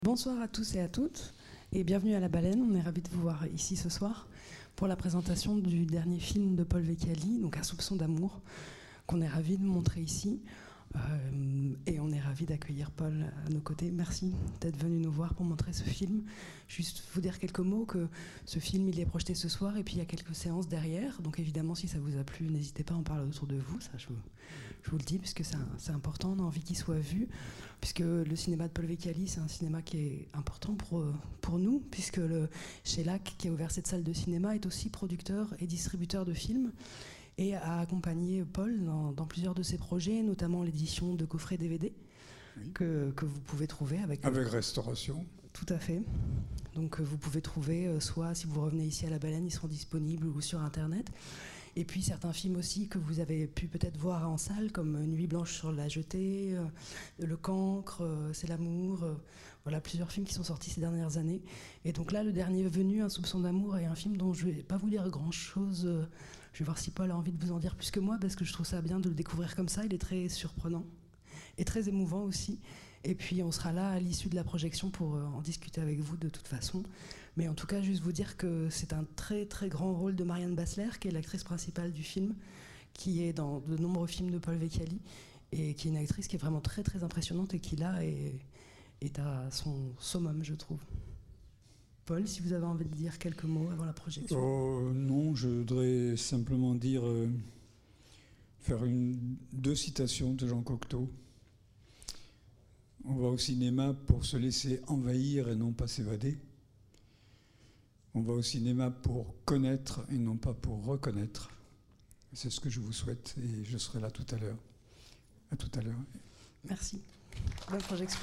Bonsoir à tous et à toutes et bienvenue à La Baleine. On est ravis de vous voir ici ce soir pour la présentation du dernier film de Paul Vecchiali, donc Un soupçon d'amour, qu'on est ravis de montrer ici. Et on est ravis d'accueillir Paul à nos côtés. Merci d'être venu nous voir pour montrer ce film. Juste vous dire quelques mots, que ce film il est projeté ce soir et puis il y a quelques séances derrière. Donc évidemment si ça vous a plu, n'hésitez pas à en parler autour de vous. Ça, je vous le dis puisque c'est important, on a envie qu'il soit vu. Puisque le cinéma de Paul Vecchiali, c'est un cinéma qui est important pour nous, puisque le Shellac, qui a ouvert cette salle de cinéma, est aussi producteur et distributeur de films et a accompagné Paul dans plusieurs de ses projets, notamment l'édition de coffrets DVD, oui, que vous pouvez trouver avec restauration. Tout à fait. Donc vous pouvez trouver, soit si vous revenez ici à La Baleine, ils seront disponibles, ou sur Internet. Et puis certains films aussi que vous avez pu peut-être voir en salle, comme Nuit blanche sur la jetée, Le cancre, C'est l'amour. Voilà, plusieurs films qui sont sortis ces dernières années. Et donc là, le dernier venu, Un soupçon d'amour, est un film dont je ne vais pas vous dire grand-chose. Je vais voir si Paul a envie de vous en dire plus que moi, parce que je trouve ça bien de le découvrir comme ça. Il est très surprenant et très émouvant aussi. Et puis on sera là à l'issue de la projection pour en discuter avec vous de toute façon. Mais en tout cas, juste vous dire que c'est un très très grand rôle de Marianne Bassler, qui est l'actrice principale du film, qui est dans de nombreux films de Paul Vecchiali, et qui est une actrice qui est vraiment très très impressionnante et qui là est à son summum, je trouve. Paul, si vous avez envie de dire quelques mots avant la projection. Non, je voudrais simplement dire, faire deux citations de Jean Cocteau. On va au cinéma pour se laisser envahir et non pas s'évader. On va au cinéma pour connaître et non pas pour reconnaître. C'est ce que je vous souhaite et je serai là tout à l'heure. À tout à l'heure. Merci. Bonne projection.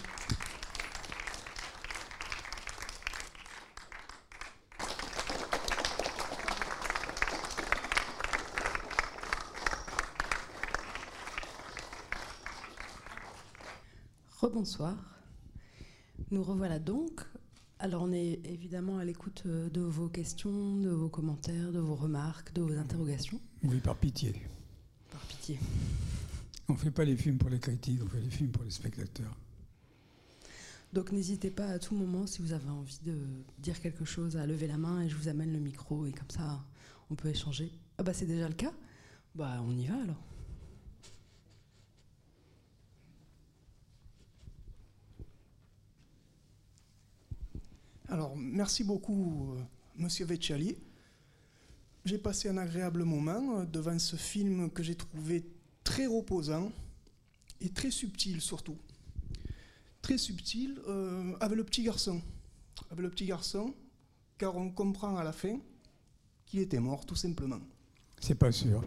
Rebonsoir. Nous revoilà donc. Alors on est évidemment à l'écoute de vos questions, de vos commentaires, de vos remarques, de vos interrogations. Oui, par pitié. Par pitié. On ne fait pas les films pour les critiques, on fait les films pour les spectateurs. Donc n'hésitez pas à tout moment, si vous avez envie de dire quelque chose, à lever la main et je vous amène le micro et comme ça on peut échanger. Ah bah c'est déjà le cas. Bah on y va alors. Alors, merci beaucoup, Monsieur Vecchiali. J'ai passé un agréable moment devant ce film que j'ai trouvé très reposant et très subtil surtout. Très subtil avec le petit garçon. Avec le petit garçon, car on comprend à la fin qu'il était mort, tout simplement. C'est pas sûr.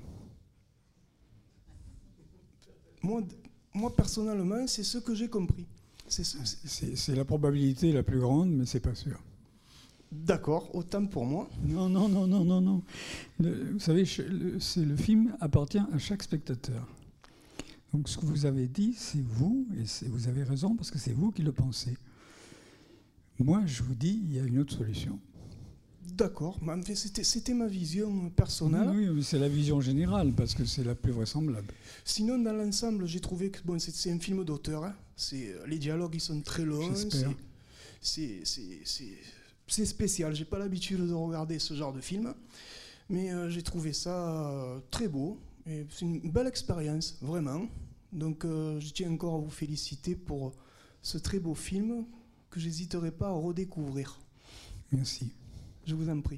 Moi personnellement, c'est ce que j'ai compris. C'est la probabilité la plus grande, mais c'est pas sûr. D'accord, autant pour moi. Non. Vous savez, le film appartient à chaque spectateur. Donc ce que vous avez dit, c'est vous, et vous avez raison, parce que c'est vous qui le pensez. Moi, je vous dis, il y a une autre solution. D'accord, mais c'était ma vision personnelle. Oui, mais c'est la vision générale, parce que c'est la plus vraisemblable. Sinon, dans l'ensemble, j'ai trouvé que c'est un film d'auteur. Hein. Les dialogues, ils sont très longs. C'est spécial. J'ai pas l'habitude de regarder ce genre de film. Mais j'ai trouvé ça très beau. Et c'est une belle expérience, vraiment. Donc, je tiens encore à vous féliciter pour ce très beau film que j'hésiterai pas à redécouvrir. Merci. Je vous en prie.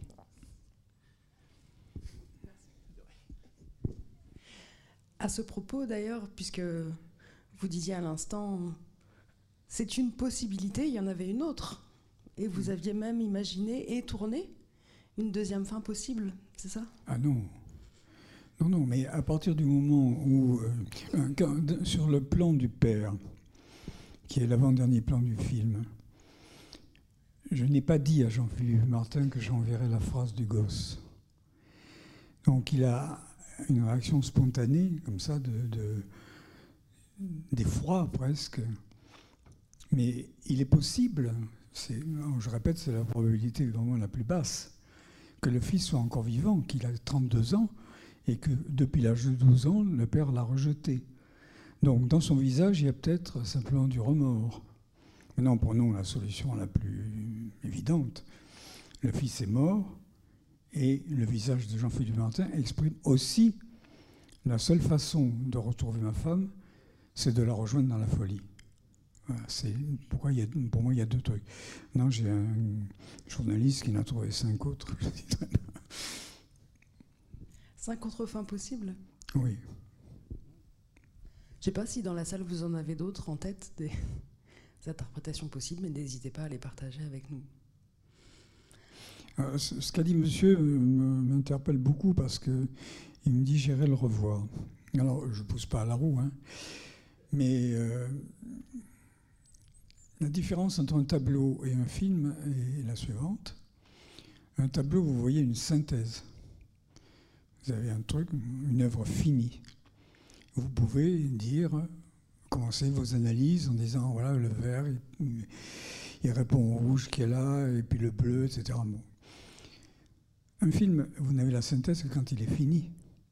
À ce propos, d'ailleurs, puisque vous disiez à l'instant, c'est une possibilité, il y en avait une autre. Et vous aviez même imaginé et tourné une deuxième fin possible, c'est ça ? Ah non. Non, mais à partir du moment où, sur le plan du père, qui est l'avant-dernier plan du film, je n'ai pas dit à Jean-Philippe Martin que j'enverrais la phrase du gosse. Donc il a une réaction spontanée, comme ça, d'effroi presque. Mais il est possible, je répète, c'est la probabilité vraiment la plus basse, que le fils soit encore vivant, qu'il a 32 ans, et que depuis l'âge de 12 ans, le père l'a rejeté. Donc dans son visage, il y a peut-être simplement du remords. Maintenant, prenons la solution la plus évidente. Le fils est mort et le visage de Jean-Philippe Martin exprime aussi la seule façon de retrouver ma femme, c'est de la rejoindre dans la folie. Voilà, pour moi, il y a deux trucs. Non, j'ai un journaliste qui en a trouvé 5 autres. 5 autres fins possibles? Oui. Je ne sais pas si dans la salle vous en avez d'autres en tête, des interprétations possibles, mais n'hésitez pas à les partager avec nous. Ce qu'a dit monsieur m'interpelle beaucoup parce qu'il me dit j'irai le revoir. Alors, je ne pousse pas à la roue, hein, mais la différence entre un tableau et un film est la suivante. Un tableau, vous voyez une synthèse. Vous avez un truc, une œuvre finie. Vous pouvez dire, commencer vos analyses en disant, voilà, le vert, il répond au rouge qui est là, et puis le bleu, etc. Bon. Un film, vous n'avez la synthèse que quand il est fini.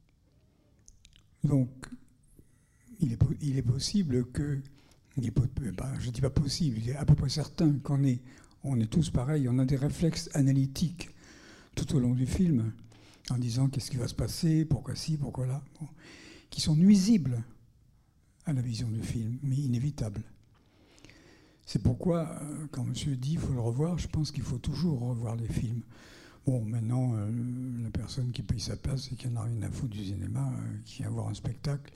Donc, il est possible que, je ne dis pas possible, il est à peu près certain qu'on est tous pareils, on a des réflexes analytiques tout au long du film, en disant qu'est-ce qui va se passer, pourquoi ci, pourquoi là, bon, qui sont nuisibles à la vision du film, mais inévitables. C'est pourquoi, quand monsieur dit qu'il faut le revoir, je pense qu'il faut toujours revoir les films. Bon, maintenant, la personne qui paye sa place et qui n'en a rien à foutre du cinéma, qui vient voir un spectacle,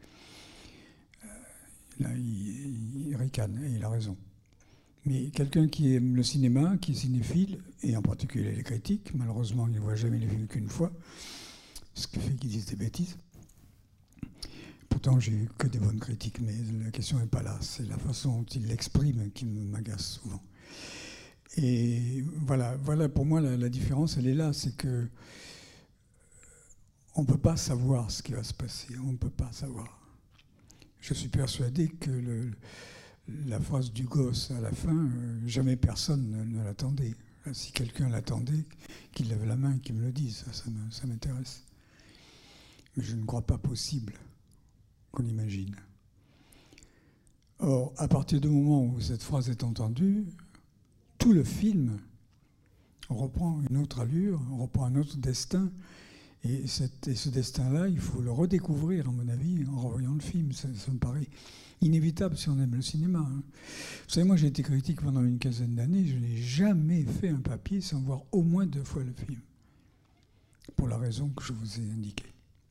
là, il ricane, et il a raison. Mais quelqu'un qui aime le cinéma, qui est cinéphile, et en particulier les critiques, malheureusement, il ne voit jamais les films qu'une fois, ce qui fait qu'ils disent des bêtises. Pourtant, j'ai eu que des bonnes critiques, mais la question n'est pas là. C'est la façon dont ils l'expriment qui m'agace souvent. Et voilà, pour moi, la différence, elle est là. C'est que on ne peut pas savoir ce qui va se passer. On ne peut pas savoir. Je suis persuadé que la phrase du gosse à la fin, jamais personne ne l'attendait. Si quelqu'un l'attendait, qu'il lève la main, qu'il me le dise. Ça m'intéresse. Mais je ne crois pas possible qu'on imagine. Or, à partir du moment où cette phrase est entendue, tout le film reprend une autre allure, on reprend un autre destin. Et ce destin-là, il faut le redécouvrir, à mon avis, en revoyant le film. Ça me paraît inévitable si on aime le cinéma. Hein. Vous savez, moi, j'ai été critique pendant une quinzaine d'années. Je n'ai jamais fait un papier sans voir au moins 2 fois le film. Pour la raison que je vous ai indiquée.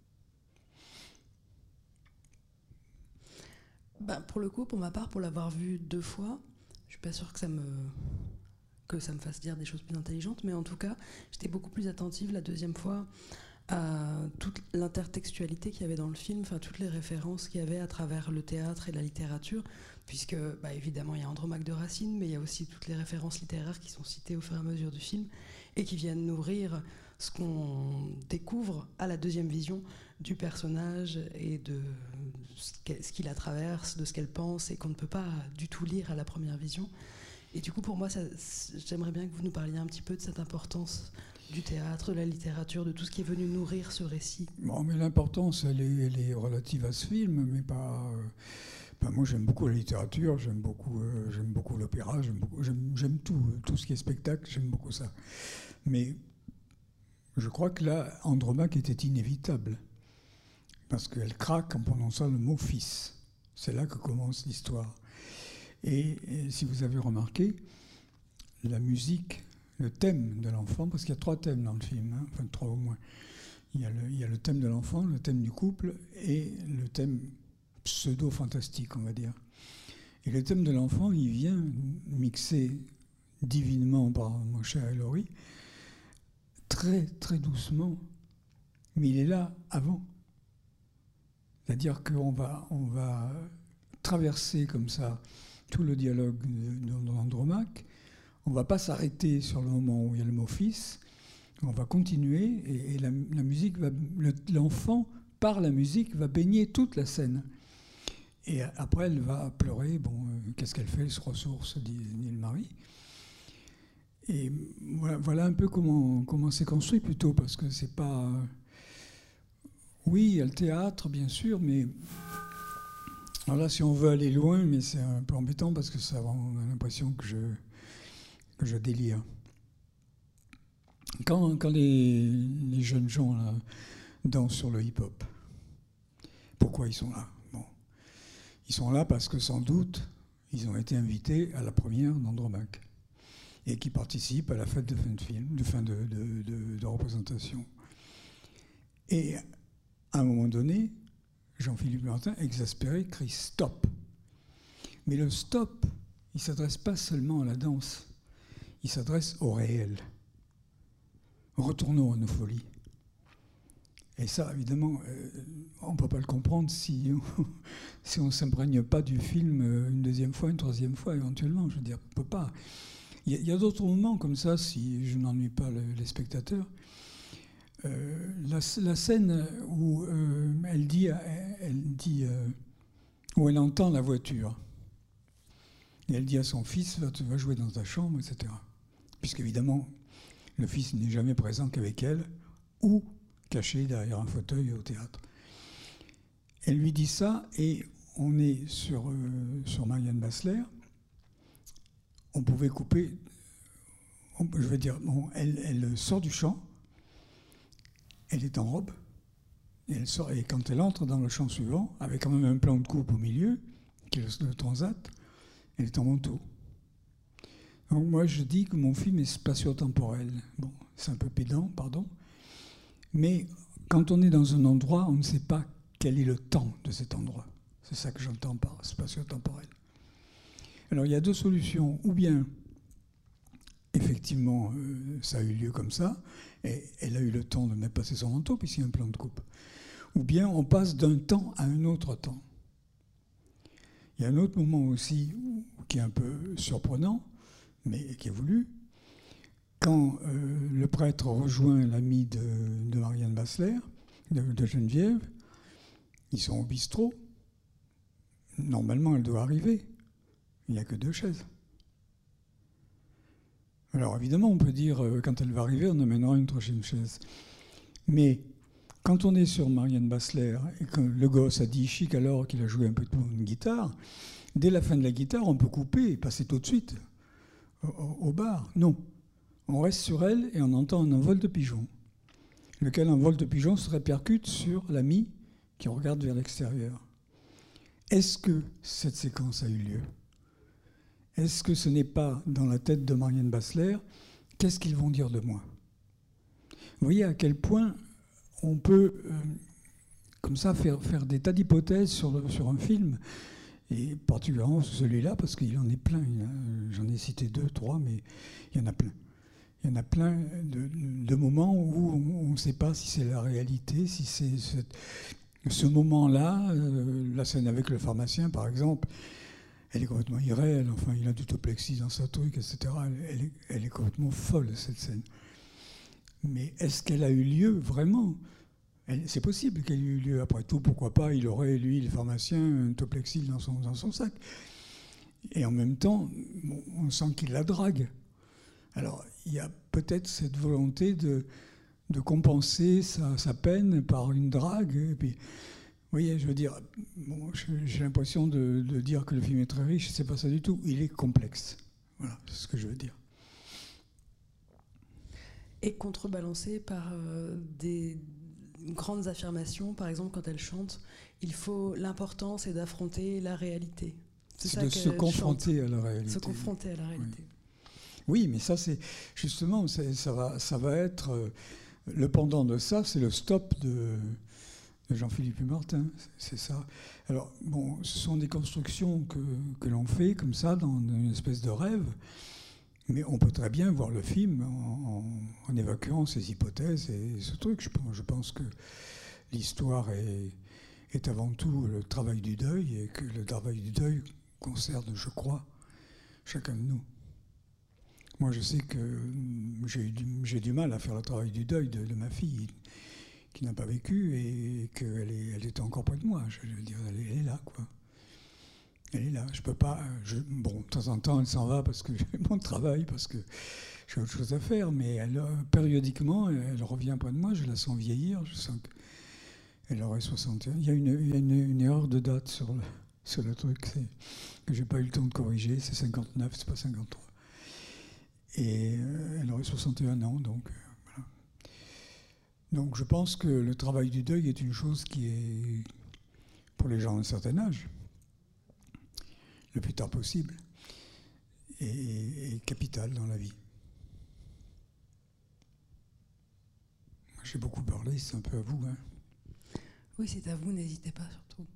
Pour le coup, pour ma part, pour l'avoir vu 2 fois, je suis pas sûre que ça me fasse dire des choses plus intelligentes, mais en tout cas, j'étais beaucoup plus attentive la 2e fois à toute l'intertextualité qu'il y avait dans le film, enfin toutes les références qu'il y avait à travers le théâtre et la littérature, puisque évidemment il y a Andromaque de Racine, mais il y a aussi toutes les références littéraires qui sont citées au fur et à mesure du film et qui viennent nourrir ce qu'on découvre à la 2e vision du personnage et de ce qu'il la traverse, de ce qu'elle pense et qu'on ne peut pas du tout lire à la première vision. Et du coup, pour moi, j'aimerais bien que vous nous parliez un petit peu de cette importance du théâtre, de la littérature, de tout ce qui est venu nourrir ce récit. Bon, mais l'importance, elle est relative à ce film, mais pas... moi, j'aime beaucoup la littérature, j'aime beaucoup l'opéra, j'aime tout ce qui est spectacle, j'aime beaucoup ça. Mais je crois que là, Andromaque était inévitable, parce qu'elle craque en prononçant le mot « fils ». C'est là que commence l'histoire. Et si vous avez remarqué, la musique, le thème de l'enfant, parce qu'il y a 3 thèmes dans le film, hein, enfin 3 au moins. Il y a le thème de l'enfant, le thème du couple et le thème pseudo-fantastique, on va dire. Et le thème de l'enfant, il vient mixé divinement par mon cher Ellory, très très doucement, mais il est là avant. C'est-à-dire qu'on va traverser comme ça tout le dialogue d'Andromaque. On ne va pas s'arrêter sur le moment où il y a le mot « fils ». On va continuer et la musique l'enfant, par la musique, va baigner toute la scène. Et après, elle va pleurer. Bon, qu'est-ce qu'elle fait? Elle se ressource, dit le mari. Et voilà un peu comment c'est construit plutôt, parce que c'est pas... Oui, il y a le théâtre, bien sûr, mais Alors là, si on veut aller loin, mais c'est un peu embêtant parce que ça, on a l'impression que je délire. Quand les jeunes gens là, dansent sur le hip-hop, pourquoi ils sont là? Bon, ils sont là parce que sans doute, ils ont été invités à la première d'Andromaque et qui participent à la fête de fin de film, de représentation. Et à un moment donné, Jean-Philippe Martin, exaspéré, crie « stop ». Mais le stop, il ne s'adresse pas seulement à la danse, il s'adresse au réel. Retournons à nos folies. Et ça, évidemment, on ne peut pas le comprendre si on ne s'imprègne pas du film une deuxième fois, une troisième fois, éventuellement. Je veux dire, on ne peut pas. Il y a d'autres moments comme ça, si je n'ennuie pas les spectateurs. La scène où où elle entend la voiture. Et elle dit à son fils, va jouer dans ta chambre, etc. Puisqu'évidemment, le fils n'est jamais présent qu'avec elle, ou caché derrière un fauteuil au théâtre. Elle lui dit ça, et on est sur Marianne Bassler. On pouvait couper, elle sort du champ, elle est en robe, et quand elle entre dans le champ suivant, avec quand même un plan de coupe au milieu, qui est le transat, elle est en manteau. Donc moi je dis que mon film est spatio-temporel. Bon, c'est un peu pédant, pardon, mais quand on est dans un endroit, on ne sait pas quel est le temps de cet endroit. C'est ça que j'entends par spatio-temporel. Alors il y a deux solutions, ou bien effectivement ça a eu lieu comme ça, et elle a eu le temps de mettre passer son manteau puisqu'il y a un plan de coupe, ou bien on passe d'un temps à un autre temps. Il y a un autre moment aussi qui est un peu surprenant, mais qui est voulu, quand le prêtre rejoint l'ami de Marianne Bassler, de Geneviève, ils sont au bistrot. Normalement, elle doit arriver. Il n'y a que 2 chaises. Alors évidemment, on peut dire, quand elle va arriver, on amènera une 3e chaise. Mais quand on est sur Marianne Bassler et que le gosse a dit chic alors qu'il a joué un peu de une guitare, dès la fin de la guitare, on peut couper et passer tout de suite au bar. Non. On reste sur elle et on entend un envol de pigeon, lequel envol de pigeon se répercute sur l'ami qui regarde vers l'extérieur. Est-ce que cette séquence a eu lieu ? Est-ce que ce n'est pas dans la tête de Marianne Bassler ? Qu'est-ce qu'ils vont dire de moi ? Vous voyez à quel point on peut, comme ça, faire des tas d'hypothèses sur un film, et particulièrement celui-là, parce qu'il en est plein. J'en ai cité 2, 3, mais il y en a plein. Il y en a plein de moments où on ne sait pas si c'est la réalité, si c'est ce moment-là, la scène avec le pharmacien, par exemple, elle est complètement irréelle. Enfin, il a du toplexis dans sa truc, etc. Elle est complètement folle, cette scène. Mais est-ce qu'elle a eu lieu vraiment ? C'est possible qu'elle ait eu lieu. Après tout, pourquoi pas, il aurait, lui, le pharmacien, un toplexil dans son sac. Et en même temps, on sent qu'il la drague. Alors, il y a peut-être cette volonté de compenser sa peine par une drague. Et puis, vous voyez, je veux dire, j'ai l'impression de dire que le film est très riche. C'est pas ça du tout. Il est complexe. Voilà, c'est ce que je veux dire. Et contrebalancé par des grandes affirmations. Par exemple, quand elle chante, l'important, c'est d'affronter la réalité. C'est de se confronter à la réalité. Se confronter à la réalité. Oui, mais ça, c'est justement, ça va être le pendant de ça, c'est le stop de Jean-Philippe Martin, c'est ça. Alors, bon, ce sont des constructions que l'on fait comme ça, dans une espèce de rêve, mais on peut très bien voir le film en évacuant ces hypothèses et ce truc. Je pense que l'histoire est avant tout le travail du deuil, et que le travail du deuil concerne, je crois, chacun de nous. Moi, je sais que j'ai du mal à faire le travail du deuil de ma fille, qui n'a pas vécu, et qu'elle était encore près de moi. Je veux dire, elle est là, quoi. Elle est là. Je peux pas... bon, de temps en temps, elle s'en va parce que j'ai mon travail, parce que j'ai autre chose à faire, mais périodiquement, elle revient près de moi, je la sens vieillir, je sens qu'elle aurait 61. Il y a une erreur de date sur Seul le truc, c'est que j'ai pas eu le temps de corriger. C'est 59, c'est pas 53. Et elle aurait 61 ans, donc voilà. Donc je pense que le travail du deuil est une chose qui est, pour les gens d'un certain âge, le plus tard possible, et capitale dans la vie. J'ai beaucoup parlé, c'est un peu à vous. Hein. Oui, c'est à vous, n'hésitez pas surtout.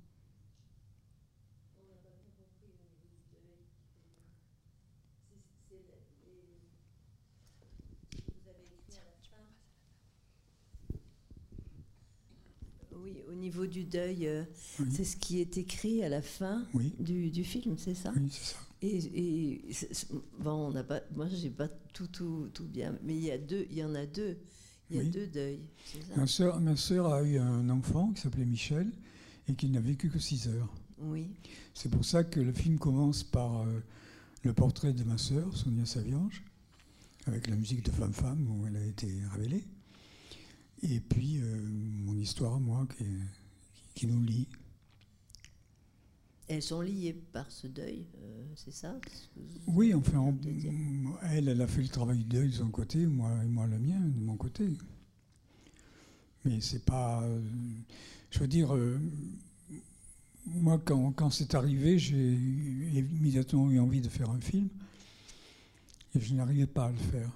Oui, au niveau du deuil, Oui. c'est ce qui est écrit à la fin Oui. du film, c'est ça? Oui, c'est ça. Bon, on n'a pas, moi, j'ai pas tout bien, mais il y en a deux. Il y a Oui. deux deuils, c'est ça? Ma sœur a eu un enfant qui s'appelait Michel et qui n'a vécu que 6 heures. Oui. C'est pour ça que le film commence par le portrait de ma sœur, Sonia Saviange, avec la musique de Femme Femme où elle a été révélée. Et puis mon histoire à moi qui nous lie. Elles sont liées par ce deuil, c'est ça? Oui, enfin, elle a fait le travail de deuil de son côté, moi le mien, de mon côté. Mais c'est pas... je veux dire, moi, quand c'est arrivé, j'ai immédiatement eu envie de faire un film, et je n'arrivais pas à le faire.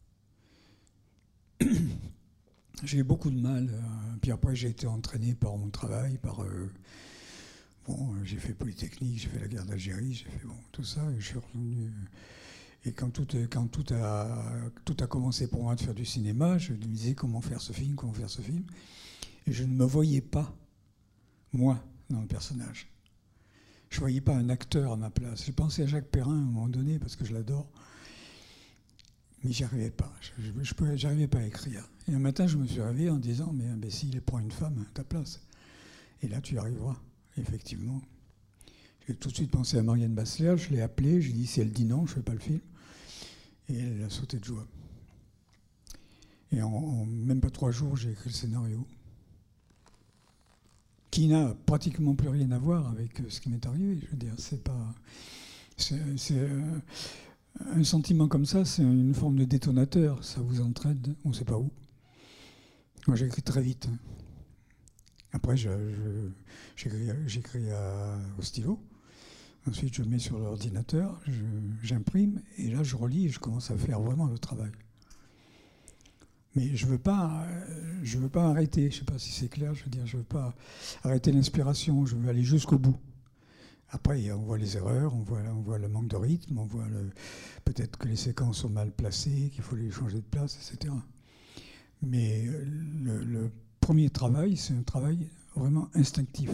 J'ai eu beaucoup de mal, puis après j'ai été entraîné par mon travail, j'ai fait Polytechnique, j'ai fait la guerre d'Algérie, j'ai fait tout ça, et je suis revenu. Et quand tout a commencé pour moi de faire du cinéma, je me disais comment faire ce film. Et je ne me voyais pas, moi, dans le personnage. Je ne voyais pas un acteur à ma place. J'ai pensé à Jacques Perrin à un moment donné, parce que je l'adore. Mais j'y arrivais pas. J'arrivais pas à écrire. Et un matin, je me suis réveillé en disant, mais imbécile, prends une femme à ta place. Et là, tu y arriveras. Effectivement. J'ai tout de suite pensé à Marianne Basseler, je l'ai appelée, j'ai dit si elle dit non, je ne fais pas le film. Et elle a sauté de joie. Et en même pas 3 jours, j'ai écrit le scénario. Qui n'a pratiquement plus rien à voir avec ce qui m'est arrivé. Je veux dire, c'est pas. Un sentiment comme ça, c'est une forme de détonateur. Ça vous entraîne, on ne sait pas où. Moi, j'écris très vite. Après, j'écris au stylo. Ensuite, je mets sur l'ordinateur, j'imprime, et là, je relis et je commence à faire vraiment le travail. Mais je veux pas arrêter. Je ne sais pas si c'est clair. Je veux dire, je veux pas arrêter l'inspiration. Je veux aller jusqu'au bout. Après, on voit les erreurs, on voit le manque de rythme, on voit peut-être que les séquences sont mal placées, qu'il faut les changer de place, etc. Mais le premier travail, c'est un travail vraiment instinctif.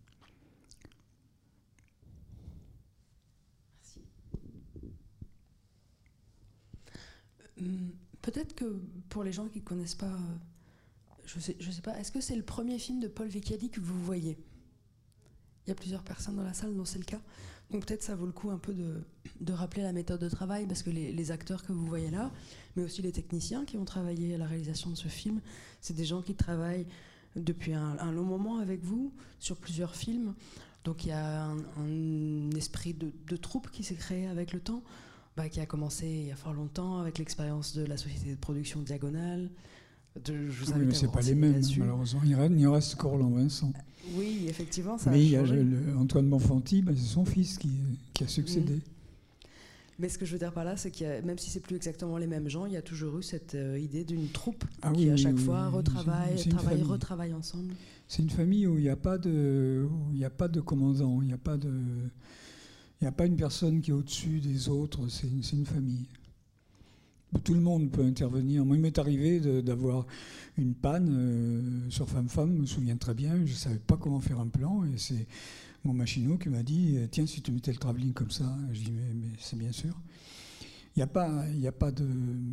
Merci. Peut-être que pour les gens qui ne connaissent pas, je sais pas, est-ce que c'est le premier film de Paul Vecchiali que vous voyez ? Il y a plusieurs personnes dans la salle dont c'est le cas. Donc peut-être ça vaut le coup un peu de rappeler la méthode de travail, parce que les acteurs que vous voyez là, mais aussi les techniciens qui ont travaillé à la réalisation de ce film, c'est des gens qui travaillent depuis un long moment avec vous, sur plusieurs films. Donc il y a un esprit de troupe qui s'est créé avec le temps, qui a commencé il y a fort longtemps avec l'expérience de la société de production Diagonale. Je vous invite mais ce n'est pas les mêmes, malheureusement. Il reste que Roland Vincent. Oui, effectivement, ça mais a changé. Il y a Antoine Bonfanti, c'est son fils qui a succédé. Mais ce que je veux dire par là, c'est que même si c'est plus exactement les mêmes gens, il y a toujours eu cette idée d'une troupe qui à chaque fois retravaille ensemble. C'est une famille où il n'y a pas de commandant, il n'y a pas une personne qui est au-dessus des autres, c'est une famille. Tout le monde peut intervenir. Moi, il m'est arrivé d'avoir une panne sur Femme Femme, je me souviens très bien, je ne savais pas comment faire un plan, et c'est mon machinot qui m'a dit « Tiens, si tu mettais le travelling comme ça », je dis « Mais c'est bien sûr ». Il n'y a pas de...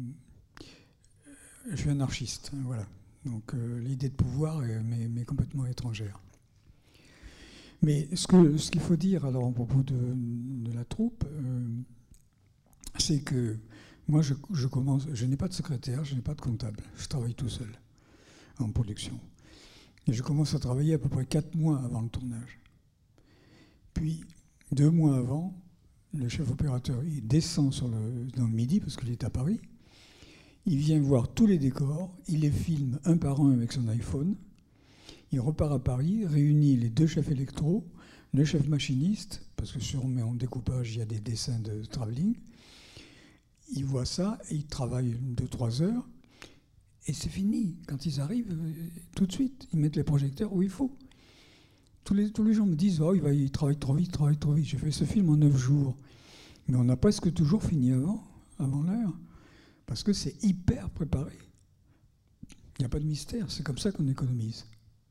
Je suis anarchiste, voilà. Donc l'idée de pouvoir m'est complètement étrangère. Mais ce qu'il faut dire, alors, à propos de la troupe, c'est que moi, je n'ai pas de secrétaire, je n'ai pas de comptable. Je travaille tout seul, en production. Et je commence à travailler à peu près 4 mois avant le tournage. Puis, 2 mois avant, le chef opérateur, il descend dans le Midi, parce qu'il est à Paris. Il vient voir tous les décors, il les filme un par un avec son iPhone. Il repart à Paris, réunit les 2 chefs électro, le chef machiniste, parce que sur mon découpage, il y a des dessins de travelling. Il voit ça et il travaille 2-3 heures. Et c'est fini. Quand ils arrivent, tout de suite, ils mettent les projecteurs où il faut. Tous les gens me disent « Oh, il travaille trop vite, J'ai fait ce film en 9 jours. Mais on a presque toujours fini avant l'heure. Parce que c'est hyper préparé. Il n'y a pas de mystère. C'est comme ça qu'on économise.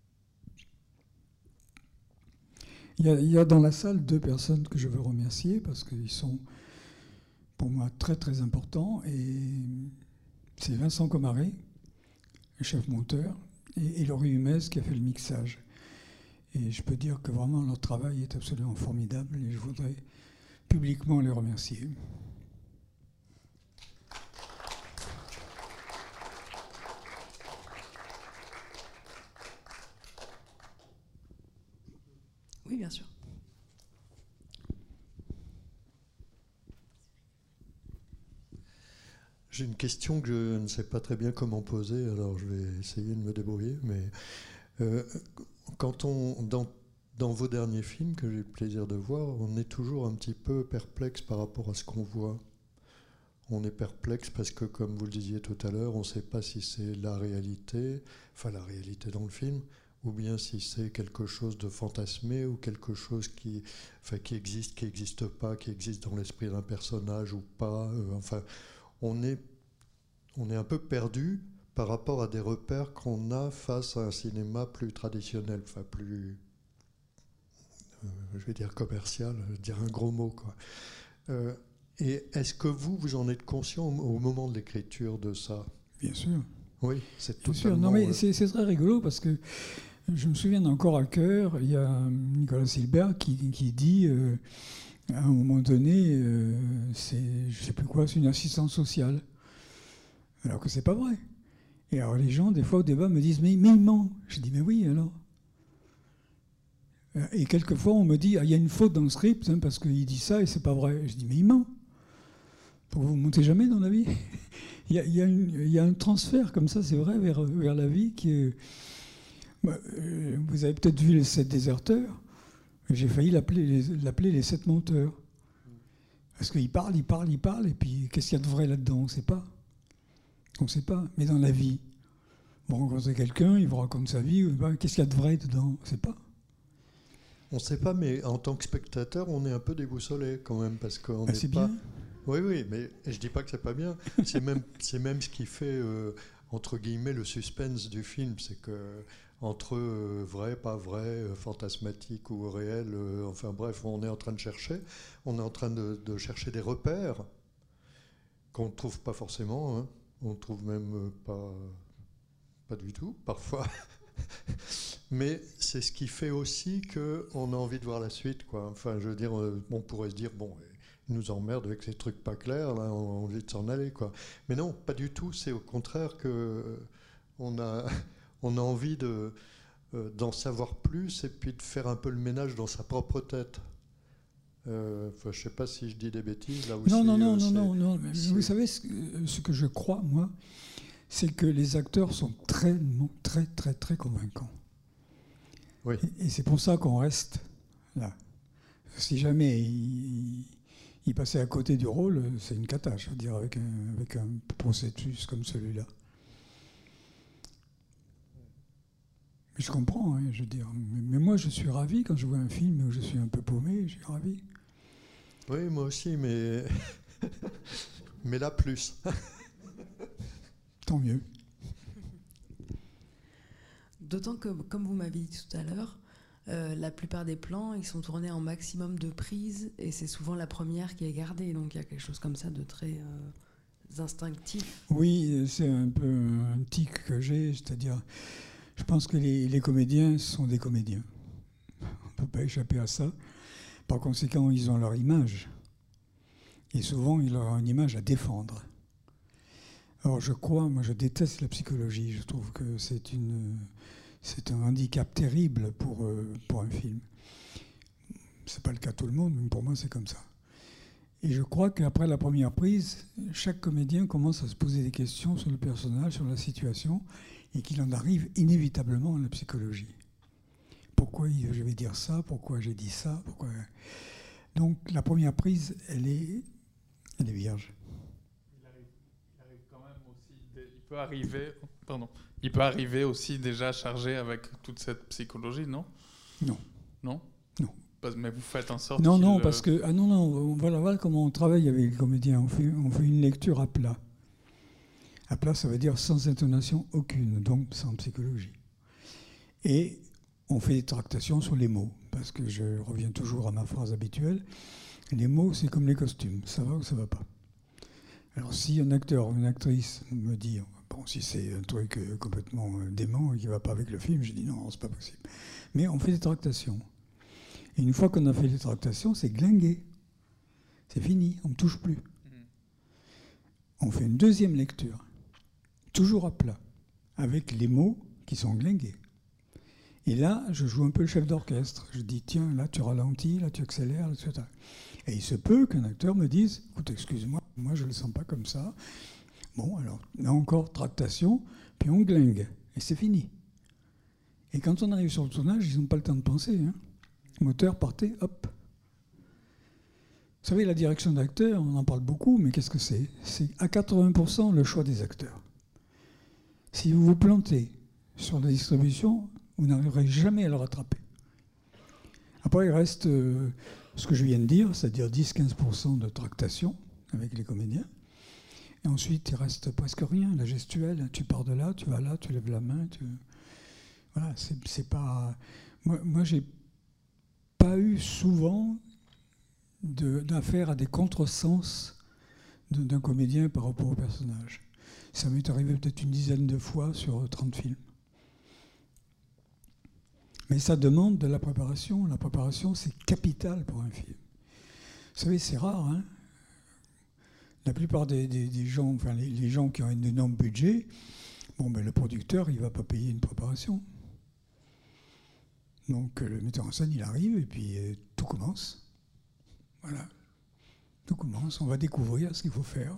Il y a dans la salle 2 personnes que je veux remercier parce qu'ils sont, pour moi, très, très importants. Et c'est Vincent Comaré, le chef monteur, et Laurie Humez qui a fait le mixage. Et je peux dire que vraiment leur travail est absolument formidable et je voudrais publiquement les remercier. Oui, bien sûr. J'ai une question que je ne sais pas très bien comment poser, alors je vais essayer de me débrouiller. Mais quand dans vos derniers films que j'ai le plaisir de voir, on est toujours un petit peu perplexe par rapport à ce qu'on voit. On est perplexe parce que, comme vous le disiez tout à l'heure, on ne sait pas si c'est la réalité dans le film, ou bien si c'est quelque chose de fantasmé, ou quelque chose qui existe, qui n'existe pas, qui existe dans l'esprit d'un personnage ou pas. On est un peu perdu par rapport à des repères qu'on a face à un cinéma plus traditionnel, plus, je vais dire commercial, je vais dire un gros mot, quoi. Et est-ce que vous en êtes conscient au moment de l'écriture de ça? Bien sûr. Oui, c'est Bien totalement... sûr. Non, mais c'est très rigolo parce que je me souviens encore à cœur, il y a Nicolas Silbert qui dit... à un moment donné, c'est, je ne sais plus quoi, c'est une assistance sociale. Alors que c'est pas vrai. Et alors les gens, des fois au débat, me disent mais il ment. Je dis mais oui alors. Et quelquefois on me dit il y a une faute dans le script parce qu'il dit ça et c'est pas vrai. Je dis mais il ment. Vous ne montez jamais dans la vie. Il y a un transfert comme ça, c'est vrai, vers la vie qui est... Vous avez peut-être vu les 7 déserteurs. J'ai failli l'appeler les 7 menteurs. Parce qu'il parle, et puis qu'est-ce qu'il y a de vrai là-dedans? On ne sait pas. On ne sait pas. Mais dans la vie, vous rencontrez quelqu'un, il vous raconte sa vie, qu'est-ce qu'il y a de vrai dedans? On ne sait pas. On ne sait pas, mais en tant que spectateur, on est un peu déboussolé quand même, parce qu'on n'est c'est pas... bien. Oui, mais je ne dis pas que c'est pas bien. C'est même ce qui fait, entre guillemets, le suspense du film. C'est que entre vrai, pas vrai, fantasmatique ou réel, bref, on est en train de chercher. On est en train de chercher des repères qu'on ne trouve pas forcément. Hein. On ne trouve même pas du tout, parfois. Mais c'est ce qui fait aussi qu'on a envie de voir la suite, quoi. Enfin, je veux dire, on pourrait se dire, bon, il nous emmerde avec ces trucs pas clairs, là, on a envie de s'en aller, quoi. Mais non, pas du tout. C'est au contraire qu'on a envie d'en savoir plus et puis de faire un peu le ménage dans sa propre tête. Je ne sais pas si je dis des bêtises là aussi. Non. Vous savez, ce que je crois, moi, c'est que les acteurs sont très, très, très convaincants. Oui. Et c'est pour ça qu'on reste là. Si jamais il passait à côté du rôle, c'est une cata, je veux dire, avec un processus comme celui-là. Mais je comprends, hein, je veux dire. Mais moi, je suis ravi quand je vois un film où je suis un peu paumé, je suis ravi. Oui, moi aussi, mais là, plus. Tant mieux. D'autant que, comme vous m'avez dit tout à l'heure, la plupart des plans, ils sont tournés en maximum de prises et c'est souvent la première qui est gardée. Donc il y a quelque chose comme ça de très instinctif. Oui, c'est un peu un tic que j'ai, c'est-à-dire, je pense que les comédiens sont des comédiens. On ne peut pas échapper à ça. Par conséquent, ils ont leur image. Et souvent, ils ont une image à défendre. Alors moi je déteste la psychologie. Je trouve que c'est un handicap terrible pour un film. C'est pas le cas de tout le monde, mais pour moi, c'est comme ça. Et je crois qu'après la première prise, chaque comédien commence à se poser des questions sur le personnage, sur la situation, et qu'il en arrive inévitablement à la psychologie. Pourquoi je vais dire ça? Pourquoi j'ai dit ça? Pourquoi... Donc la première prise, elle est vierge. Il arrive quand même aussi, il peut arriver aussi déjà chargé avec toute cette psychologie, non? Non. Non? Non. Mais vous faites en sorte Non, parce que... Ah non, voilà comment on travaille avec les comédiens. On fait une lecture à plat. À plat, ça veut dire sans intonation aucune, donc sans psychologie. Et on fait des tractations sur les mots, parce que je reviens toujours à ma phrase habituelle. Les mots, c'est comme les costumes, ça va ou ça va pas. Alors si un acteur ou une actrice me dit, bon, si c'est un truc complètement dément et qui va pas avec le film, je dis non, c'est pas possible. Mais on fait des tractations. Et une fois qu'on a fait les tractations, c'est glingué. C'est fini, on ne touche plus. On fait une deuxième lecture, toujours à plat, avec les mots qui sont glingués. Et là, je joue un peu le chef d'orchestre. Je dis, tiens, là, tu ralentis, là, tu accélères, etc. Et il se peut qu'un acteur me dise, écoute, excuse-moi, moi, je ne le sens pas comme ça. Bon, alors, là encore, tractation, puis on glingue. Et c'est fini. Et quand on arrive sur le tournage, ils n'ont pas le temps de penser. Hein. Moteur, partez, hop. Vous savez, la direction d'acteur, on en parle beaucoup, mais qu'est-ce que c'est? C'est à 80% le choix des acteurs. Si vous vous plantez sur la distribution, vous n'arriverez jamais à le rattraper. Après, il reste ce que je viens de dire, c'est-à-dire 10-15% de tractation avec les comédiens. Et ensuite, il reste presque rien, la gestuelle. Tu pars de là, tu vas là, tu lèves la main. Voilà, c'est pas... Moi j'ai pas eu souvent d'affaire à des contresens d'un comédien par rapport au personnage. Ça m'est arrivé peut-être une dizaine de fois sur 30 films. Mais ça demande de la préparation. La préparation, c'est capital pour un film. Vous savez, c'est rare. Hein, la plupart des gens, enfin les gens qui ont un énorme budget, bon, ben, le producteur, il ne va pas payer une préparation. Donc le metteur en scène, il arrive et puis tout commence. Voilà. Tout commence. On va découvrir ce qu'il faut faire.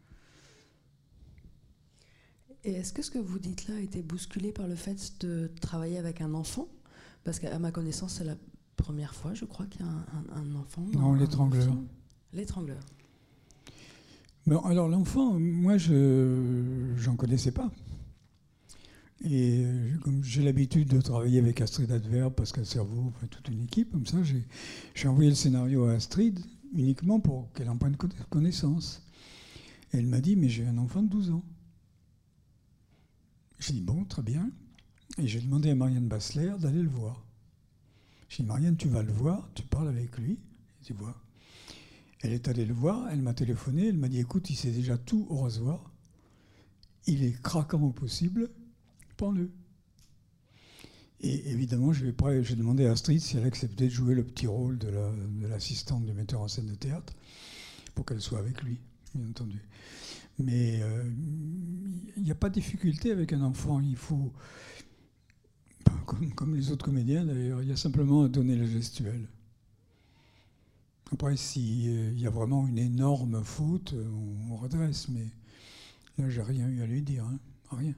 Et est-ce que ce que vous dites là a été bousculé par le fait de travailler avec un enfant? Parce qu'à ma connaissance, c'est la première fois, je crois, qu'il y a un enfant. Non, l'étrangleur. L'étrangleur. Bon, alors l'enfant, moi, j'en connaissais pas. Et comme j'ai l'habitude de travailler avec Astrid Adverbe, Pascal Cerveau, enfin, toute une équipe, comme ça, j'ai envoyé le scénario à Astrid uniquement pour qu'elle en prenne connaissance. Et elle m'a dit, mais j'ai un enfant de 12 ans. J'ai dit, bon, très bien. Et j'ai demandé à Marianne Bassler d'aller le voir. J'ai dit, Marianne, tu vas le voir, tu parles avec lui, et tu vois. Elle est allée le voir, elle m'a téléphoné, elle m'a dit, écoute, il sait déjà tout au rasoir, il est craquant au possible, prends-le. Et évidemment, j'ai demandé à Astrid si elle acceptait de jouer le petit rôle de l'assistante du metteur en scène de théâtre, pour qu'elle soit avec lui, bien entendu. Mais il n'y a pas de difficulté avec un enfant, il faut... Comme les autres comédiens d'ailleurs, il y a simplement à donner la gestuelle. Après, s'il y a vraiment une énorme faute, on redresse, mais là, j'ai rien eu à lui dire, hein. Rien.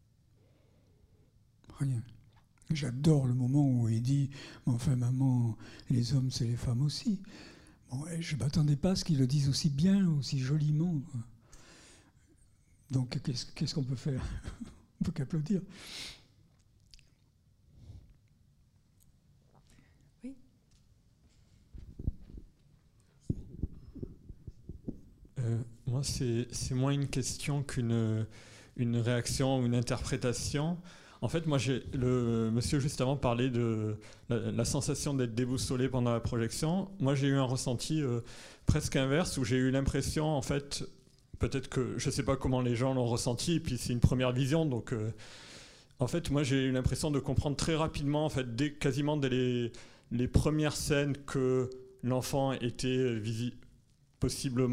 Rien. J'adore le moment où il dit « Enfin, maman, les hommes, c'est les femmes aussi ». Bon, je ne m'attendais pas à ce qu'ils le disent aussi bien, aussi joliment, quoi. Donc, qu'est-ce qu'on peut faire? On peut qu'applaudir. Oui. Moi, c'est moins une question qu'une réaction ou une interprétation. En fait, moi, le monsieur juste avant parlait de la sensation d'être déboussolé pendant la projection. Moi, j'ai eu un ressenti presque inverse, où j'ai eu l'impression, en fait, peut-être que je ne sais pas comment les gens l'ont ressenti, et puis c'est une première vision, donc en fait, moi, j'ai eu l'impression de comprendre très rapidement, en fait, quasiment dès les premières scènes, que l'enfant était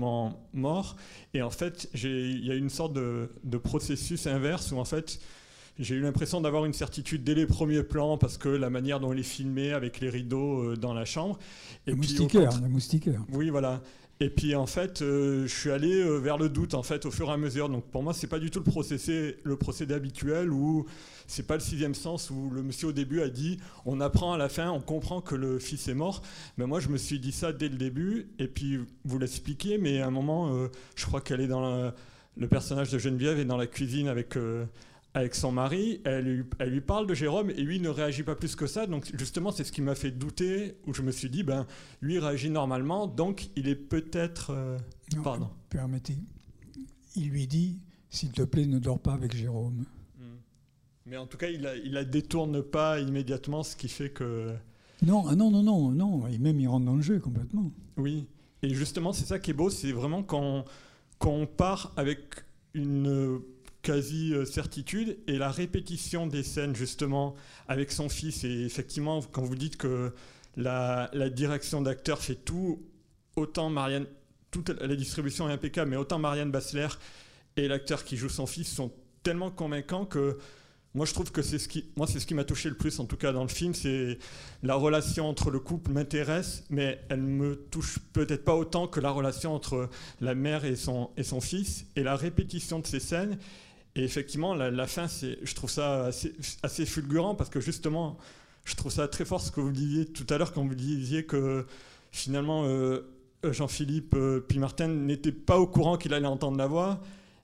possiblement mort. Et en fait, il y a une sorte de processus inverse où, en fait, j'ai eu l'impression d'avoir une certitude dès les premiers plans parce que la manière dont il est filmé avec les rideaux dans la chambre. Et le moustiquaire. Oui, voilà. Et puis en fait, je suis allé vers le doute en fait au fur et à mesure. Donc pour moi, c'est pas du tout le procédé habituel où c'est pas le sixième sens où le monsieur au début a dit on apprend à la fin, on comprend que le fils est mort. Mais moi, je me suis dit ça dès le début. Et puis vous l'expliquez, mais à un moment, je crois qu'elle est dans le personnage de Geneviève est dans la cuisine avec son mari, elle lui parle de Jérôme et lui ne réagit pas plus que ça. Donc justement, c'est ce qui m'a fait douter, où je me suis dit, lui il réagit normalement, donc il est peut-être... pardon. Permettez. Il lui dit, s'il te plaît, ne dors pas avec Jérôme. Mais en tout cas, il la détourne pas immédiatement, ce qui fait que... Non, et même il rentre dans le jeu complètement. Oui, et justement, c'est ça qui est beau, c'est vraiment quand on part avec une... quasi-certitude, et la répétition des scènes justement avec son fils, et effectivement quand vous dites que la direction d'acteur fait tout, autant Marianne, toute la distribution est impeccable, mais autant Marianne Bassler et l'acteur qui joue son fils sont tellement convaincants que moi je trouve que c'est ce qui m'a touché le plus en tout cas dans le film, c'est la relation entre le couple m'intéresse, mais elle me touche peut-être pas autant que la relation entre la mère et son fils, et la répétition de ces scènes. Et effectivement, la fin, je trouve ça assez fulgurant parce que justement, je trouve ça très fort ce que vous disiez tout à l'heure quand vous disiez que finalement, Jean-Philippe puis Martin n'étaient pas au courant qu'il allait entendre la voix.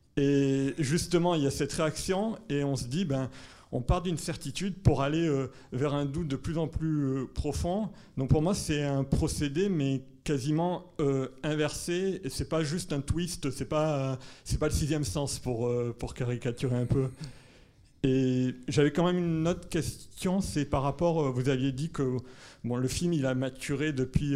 Et justement, il y a cette réaction et on se dit, on part d'une certitude pour aller vers un doute de plus en plus profond. Donc pour moi, c'est un procédé, mais quasiment inversé. Et c'est pas juste un twist, c'est pas le sixième sens pour caricaturer un peu. Et j'avais quand même une autre question, c'est par rapport, vous aviez dit que le film il a maturé depuis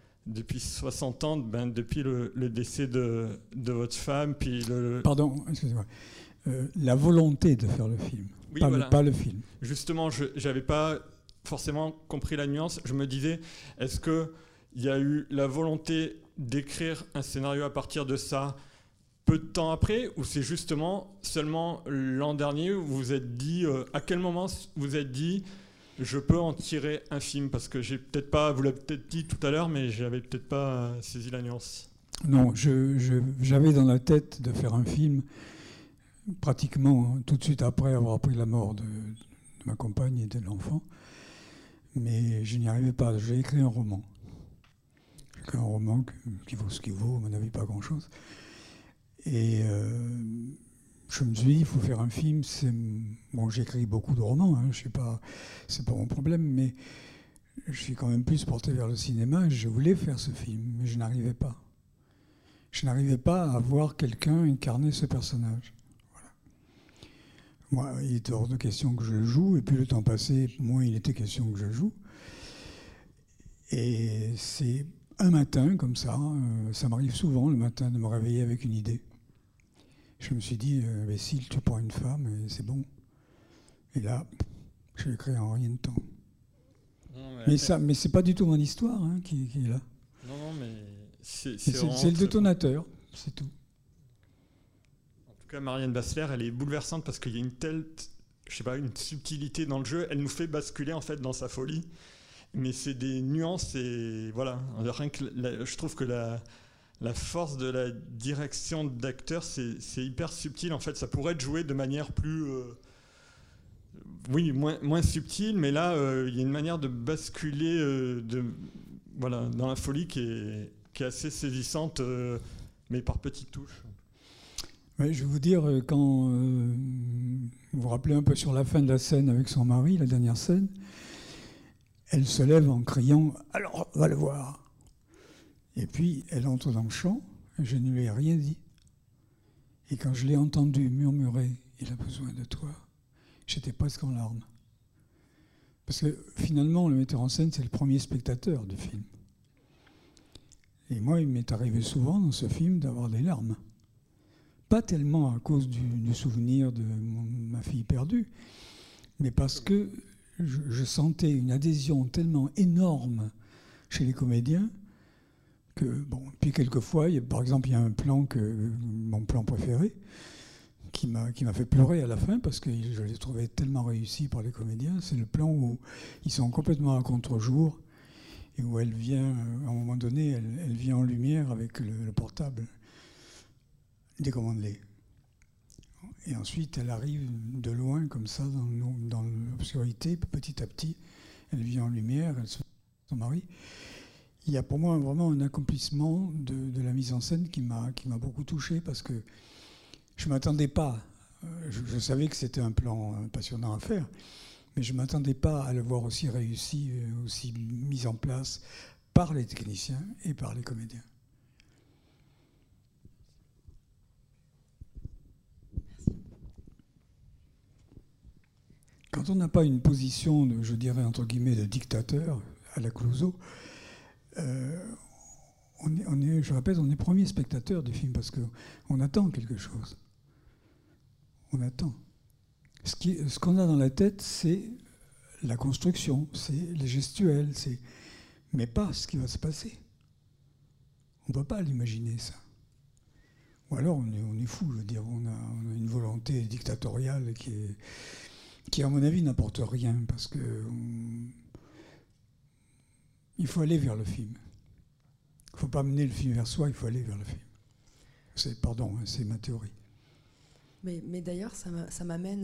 60 ans, depuis le décès de votre femme, puis Pardon, excusez-moi. La volonté de faire le film, oui, pas le film. Justement, je n'avais pas forcément compris la nuance. Je me disais, est-ce qu'il y a eu la volonté d'écrire un scénario à partir de ça peu de temps après, ou c'est justement seulement l'an dernier où vous vous êtes dit, à quel moment vous vous êtes dit je peux en tirer un film, parce que j'ai peut-être pas, vous l'avez peut-être dit tout à l'heure, mais j'avais peut-être pas saisi la nuance. Non, j'avais dans la tête de faire un film pratiquement tout de suite après avoir appris la mort de ma compagne et de l'enfant, mais je n'y arrivais pas. J'ai écrit un roman. J'ai écrit un roman qui vaut ce qu'il vaut, à mon avis pas grand-chose. Et je me suis dit, il faut faire un film. Bon, j'écris beaucoup de romans, c'est pas mon problème, mais je suis quand même plus porté vers le cinéma. Je voulais faire ce film, mais je n'arrivais pas. Je n'arrivais pas à voir quelqu'un incarner ce personnage. Voilà. Moi, il était hors de question que je le joue, et puis le temps passé, moins il était question que je joue. Et c'est un matin, comme ça m'arrive souvent le matin de me réveiller avec une idée. Je me suis dit, Cécile, tu prends une femme et c'est bon. Et là, je l'ai créé en rien de temps. Non, mais c'est pas du tout mon histoire qui est là. Non, mais c'est le détonateur, c'est tout. En tout cas, Marianne Bassler, elle est bouleversante parce qu'il y a une telle, une subtilité dans le jeu. Elle nous fait basculer en fait dans sa folie. Mais c'est des nuances et voilà. Rien que je trouve que la force de la direction d'acteur, c'est hyper subtil. En fait, ça pourrait être joué de manière plus... moins subtile, mais là, il y a une manière de basculer dans la folie qui est assez saisissante, mais par petites touches. Ouais, je vais vous dire, quand vous vous rappelez un peu sur la fin de la scène avec son mari, la dernière scène, elle se lève en criant « Alors, va le voir !» Et puis, elle entre dans le champ, et je ne lui ai rien dit. Et quand je l'ai entendu murmurer « Il a besoin de toi », j'étais presque en larmes. Parce que finalement, le metteur en scène, c'est le premier spectateur du film. Et moi, il m'est arrivé souvent dans ce film d'avoir des larmes. Pas tellement à cause du souvenir de ma fille perdue, mais parce que je sentais une adhésion tellement énorme chez les comédiens que, puis quelquefois, par exemple, il y a un plan mon plan préféré, qui m'a fait pleurer à la fin, parce que je l'ai trouvé tellement réussi par les comédiens. C'est le plan où ils sont complètement à contre-jour et où elle vient, à un moment donné, elle vient en lumière avec le portable. Décommande-les. Et ensuite, elle arrive de loin, comme ça, dans l'obscurité, petit à petit. Elle vient en lumière, elle se met avec son mari. Il y a pour moi vraiment un accomplissement de la mise en scène qui m'a beaucoup touché, parce que je ne m'attendais pas. Je savais que c'était un plan passionnant à faire, mais je ne m'attendais pas à le voir aussi réussi, aussi mis en place par les techniciens et par les comédiens. Quand on n'a pas une position, je dirais entre guillemets, de dictateur à la Clouzot, je répète, on est premier spectateur du film parce qu'on attend quelque chose. On attend. Ce qu'on a dans la tête, c'est la construction, c'est les gestuels, mais pas ce qui va se passer. On ne peut pas l'imaginer, ça. Ou alors on est fou, je veux dire, on a une volonté dictatoriale qui, à mon avis, n'apporte rien, parce que il faut aller vers le film. Il ne faut pas mener le film vers soi, il faut aller vers le film. C'est ma théorie. Mais d'ailleurs, ça m'amène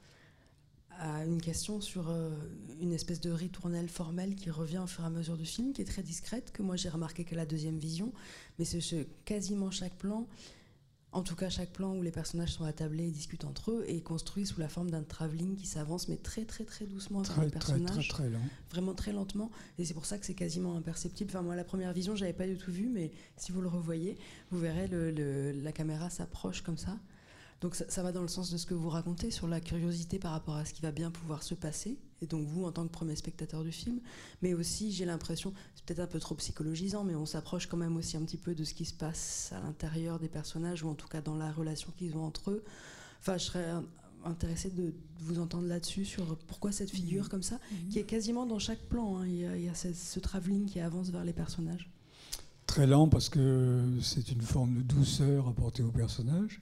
à une question sur une espèce de ritournelle formelle qui revient au fur et à mesure du film, qui est très discrète, que moi j'ai remarqué qu'à la deuxième vision, mais c'est quasiment chaque plan, en tout cas chaque plan où les personnages sont attablés et discutent entre eux, est construit sous la forme d'un travelling qui s'avance, mais très très très doucement vers les personnages. Très lent. Vraiment très lentement, et c'est pour ça que c'est quasiment imperceptible. Enfin, moi, la première vision, j'avais pas du tout vu, mais si vous le revoyez, vous verrez la caméra s'approche comme ça. Donc ça va dans le sens de ce que vous racontez sur la curiosité par rapport à ce qui va bien pouvoir se passer, et donc vous en tant que premier spectateur du film, mais aussi j'ai l'impression, c'est peut-être un peu trop psychologisant, mais on s'approche quand même aussi un petit peu de ce qui se passe à l'intérieur des personnages, ou en tout cas dans la relation qu'ils ont entre eux. Enfin, je serais intéressée de vous entendre là-dessus, sur pourquoi cette figure comme ça, qui est quasiment dans chaque plan, hein. Il y a ce travelling qui avance vers les personnages. Très lent parce que c'est une forme de douceur apportée aux personnages.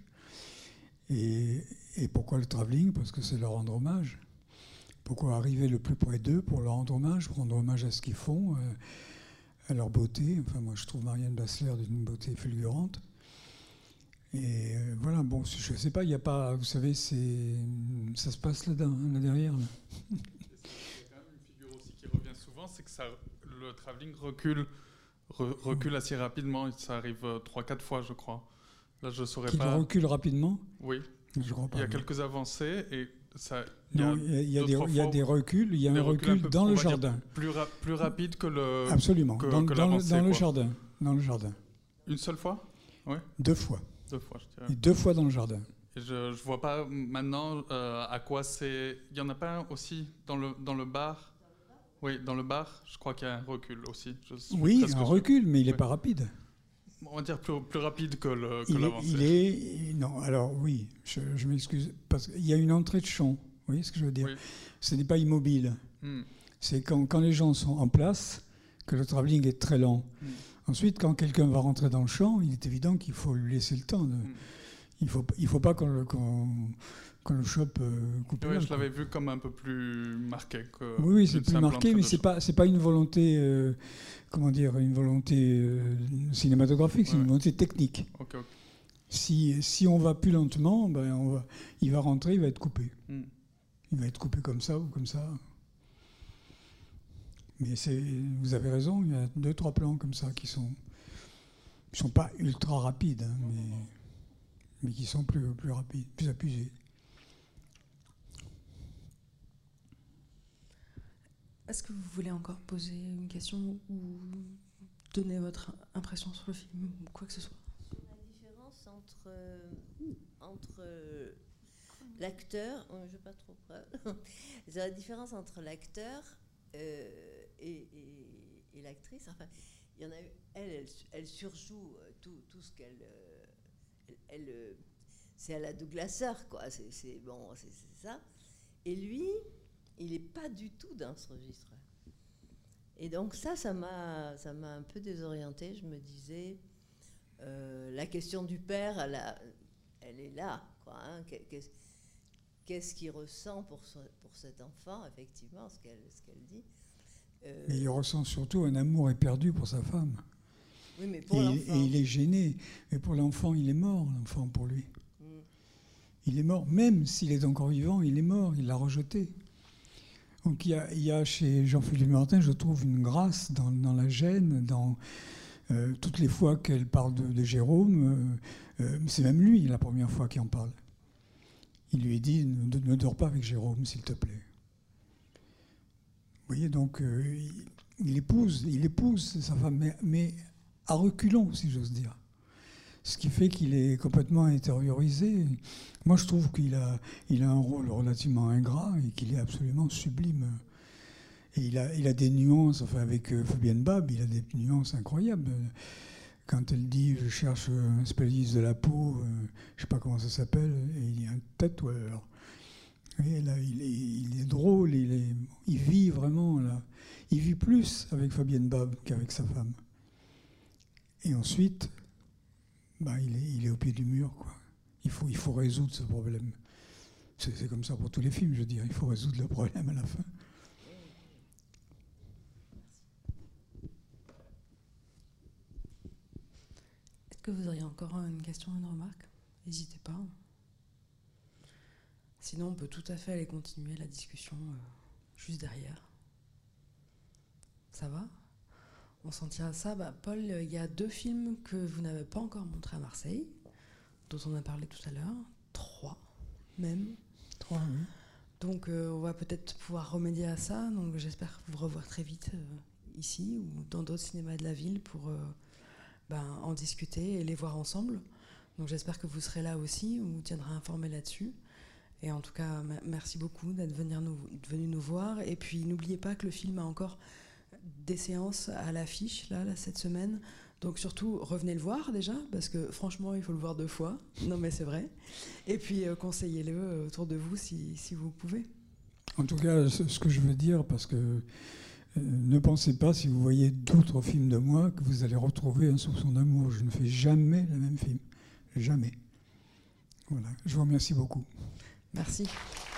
Et pourquoi le travelling? Parce que c'est leur rendre hommage. Pourquoi arriver le plus près d'eux pour leur rendre hommage, pour rendre hommage à ce qu'ils font, à leur beauté. Enfin, moi, je trouve Marianne Bassler d'une beauté fulgurante. Et voilà, bon, je ne sais pas, il n'y a pas, vous savez, ça se passe là derrière. Là. Il y a quand même une figure aussi qui revient souvent, c'est que le travelling recule assez rapidement. Ça arrive 3-4 fois, je crois. Là, je saurais pas. Qu'il recule rapidement? Oui. Je crois pas. Il y a quelques avancées et ça. Non, il y a des reculs. Il y a un recul dans le jardin. Plus rapide que le. Absolument. Dans le jardin. Dans le jardin. Une seule fois? Oui. 2 fois. 2 fois, je dirais. Et 2 fois dans le jardin. Et je vois pas maintenant à quoi c'est. Il y en a pas un aussi dans le bar? Oui, dans le bar, je crois qu'il y a un recul aussi. Oui, un recul, mais il n'est pas rapide. On va dire plus rapide que l'avancée. Non, alors oui, je m'excuse, parce qu'il y a une entrée de champ, vous voyez ce que je veux dire? Oui. Ce n'est pas immobile. C'est quand les gens sont en place que le travelling est très lent. Ensuite, quand quelqu'un va rentrer dans le champ, il est évident qu'il faut lui laisser le temps. Il faut pas qu'on le chope coupé. Oui, je l'avais vu comme un peu plus marqué. Oui, c'est plus marqué, mais c'est pas une volonté, une volonté cinématographique, c'est une volonté technique. Okay. Si on va plus lentement, il va rentrer, il va être coupé. Il va être coupé comme ça ou comme ça. Mais vous avez raison, il y a 2-3 plans comme ça qui sont pas ultra rapides, hein, mais qui sont plus rapides, plus appuyés. Est-ce que vous voulez encore poser une question ou donner votre impression sur le film ou quoi que ce soit? La différence entre l'acteur, je ne vais pas trop près, c'est la différence entre l'acteur et l'actrice. Enfin, il y en a elle surjoue tout ce qu'elle, c'est à la Douglaser, quoi. C'est ça. Et lui, il n'est pas du tout dans ce registre. Et donc ça m'a un peu désorientée. Je me disais, la question du père, elle est là, quoi. quoi. Hein. Qu'est-ce qu'il ressent pour cet enfant, effectivement, ce qu'elle dit. Mais il ressent surtout un amour éperdu pour sa femme. Oui, mais pour l'enfant. Et il est gêné. Mais pour l'enfant, il est mort, l'enfant, pour lui. Il est mort. Même s'il est encore vivant, il est mort. Il l'a rejeté. Donc il y a chez Jean-Philippe Martin, je trouve, une grâce dans la gêne, dans toutes les fois qu'elle parle de Jérôme. C'est même lui, la première fois qu'il en parle. Il lui dit, ne dors pas avec Jérôme, s'il te plaît. Vous voyez, donc il épouse sa femme, mais à reculons, si j'ose dire. Ce qui fait qu'il est complètement intériorisé. Moi, je trouve qu'il a un rôle relativement ingrat et qu'il est absolument sublime. Et il a des nuances, enfin avec Fabienne Bab, il a des nuances incroyables. Quand elle dit « je cherche un spécialiste de la peau, je ne sais pas comment ça s'appelle », et il y a un tatoueur. Et là, il est drôle, il vit vraiment là. Il vit plus avec Fabienne Bab qu'avec sa femme. Et ensuite, il est au pied du mur, quoi. Il faut résoudre ce problème. C'est comme ça pour tous les films, je veux dire. Il faut résoudre le problème à la fin. Est-ce que vous auriez encore une question, une remarque? N'hésitez pas. Sinon, on peut tout à fait aller continuer la discussion juste derrière. Ça va? On s'en tient à ça. Paul, il y a 2 films que vous n'avez pas encore montrés à Marseille, dont on a parlé tout à l'heure. 3, même. 3, oui. Donc, on va peut-être pouvoir remédier à ça. Donc, j'espère vous revoir très vite ici ou dans d'autres cinémas de la ville pour en discuter et les voir ensemble. Donc, j'espère que vous serez là aussi. On vous tiendra informé là-dessus. Et en tout cas, merci beaucoup d'être venu nous voir. Et puis, n'oubliez pas que le film a encore des séances à l'affiche là, cette semaine. Donc surtout, revenez le voir déjà, parce que franchement, il faut le voir 2 fois. Non mais c'est vrai. Et puis, conseillez-le autour de vous si vous pouvez. En tout cas, ce que je veux dire, parce que ne pensez pas, si vous voyez d'autres films de moi, que vous allez retrouver un soupçon d'amour. Je ne fais jamais le même film. Jamais. Voilà. Je vous remercie beaucoup. Merci.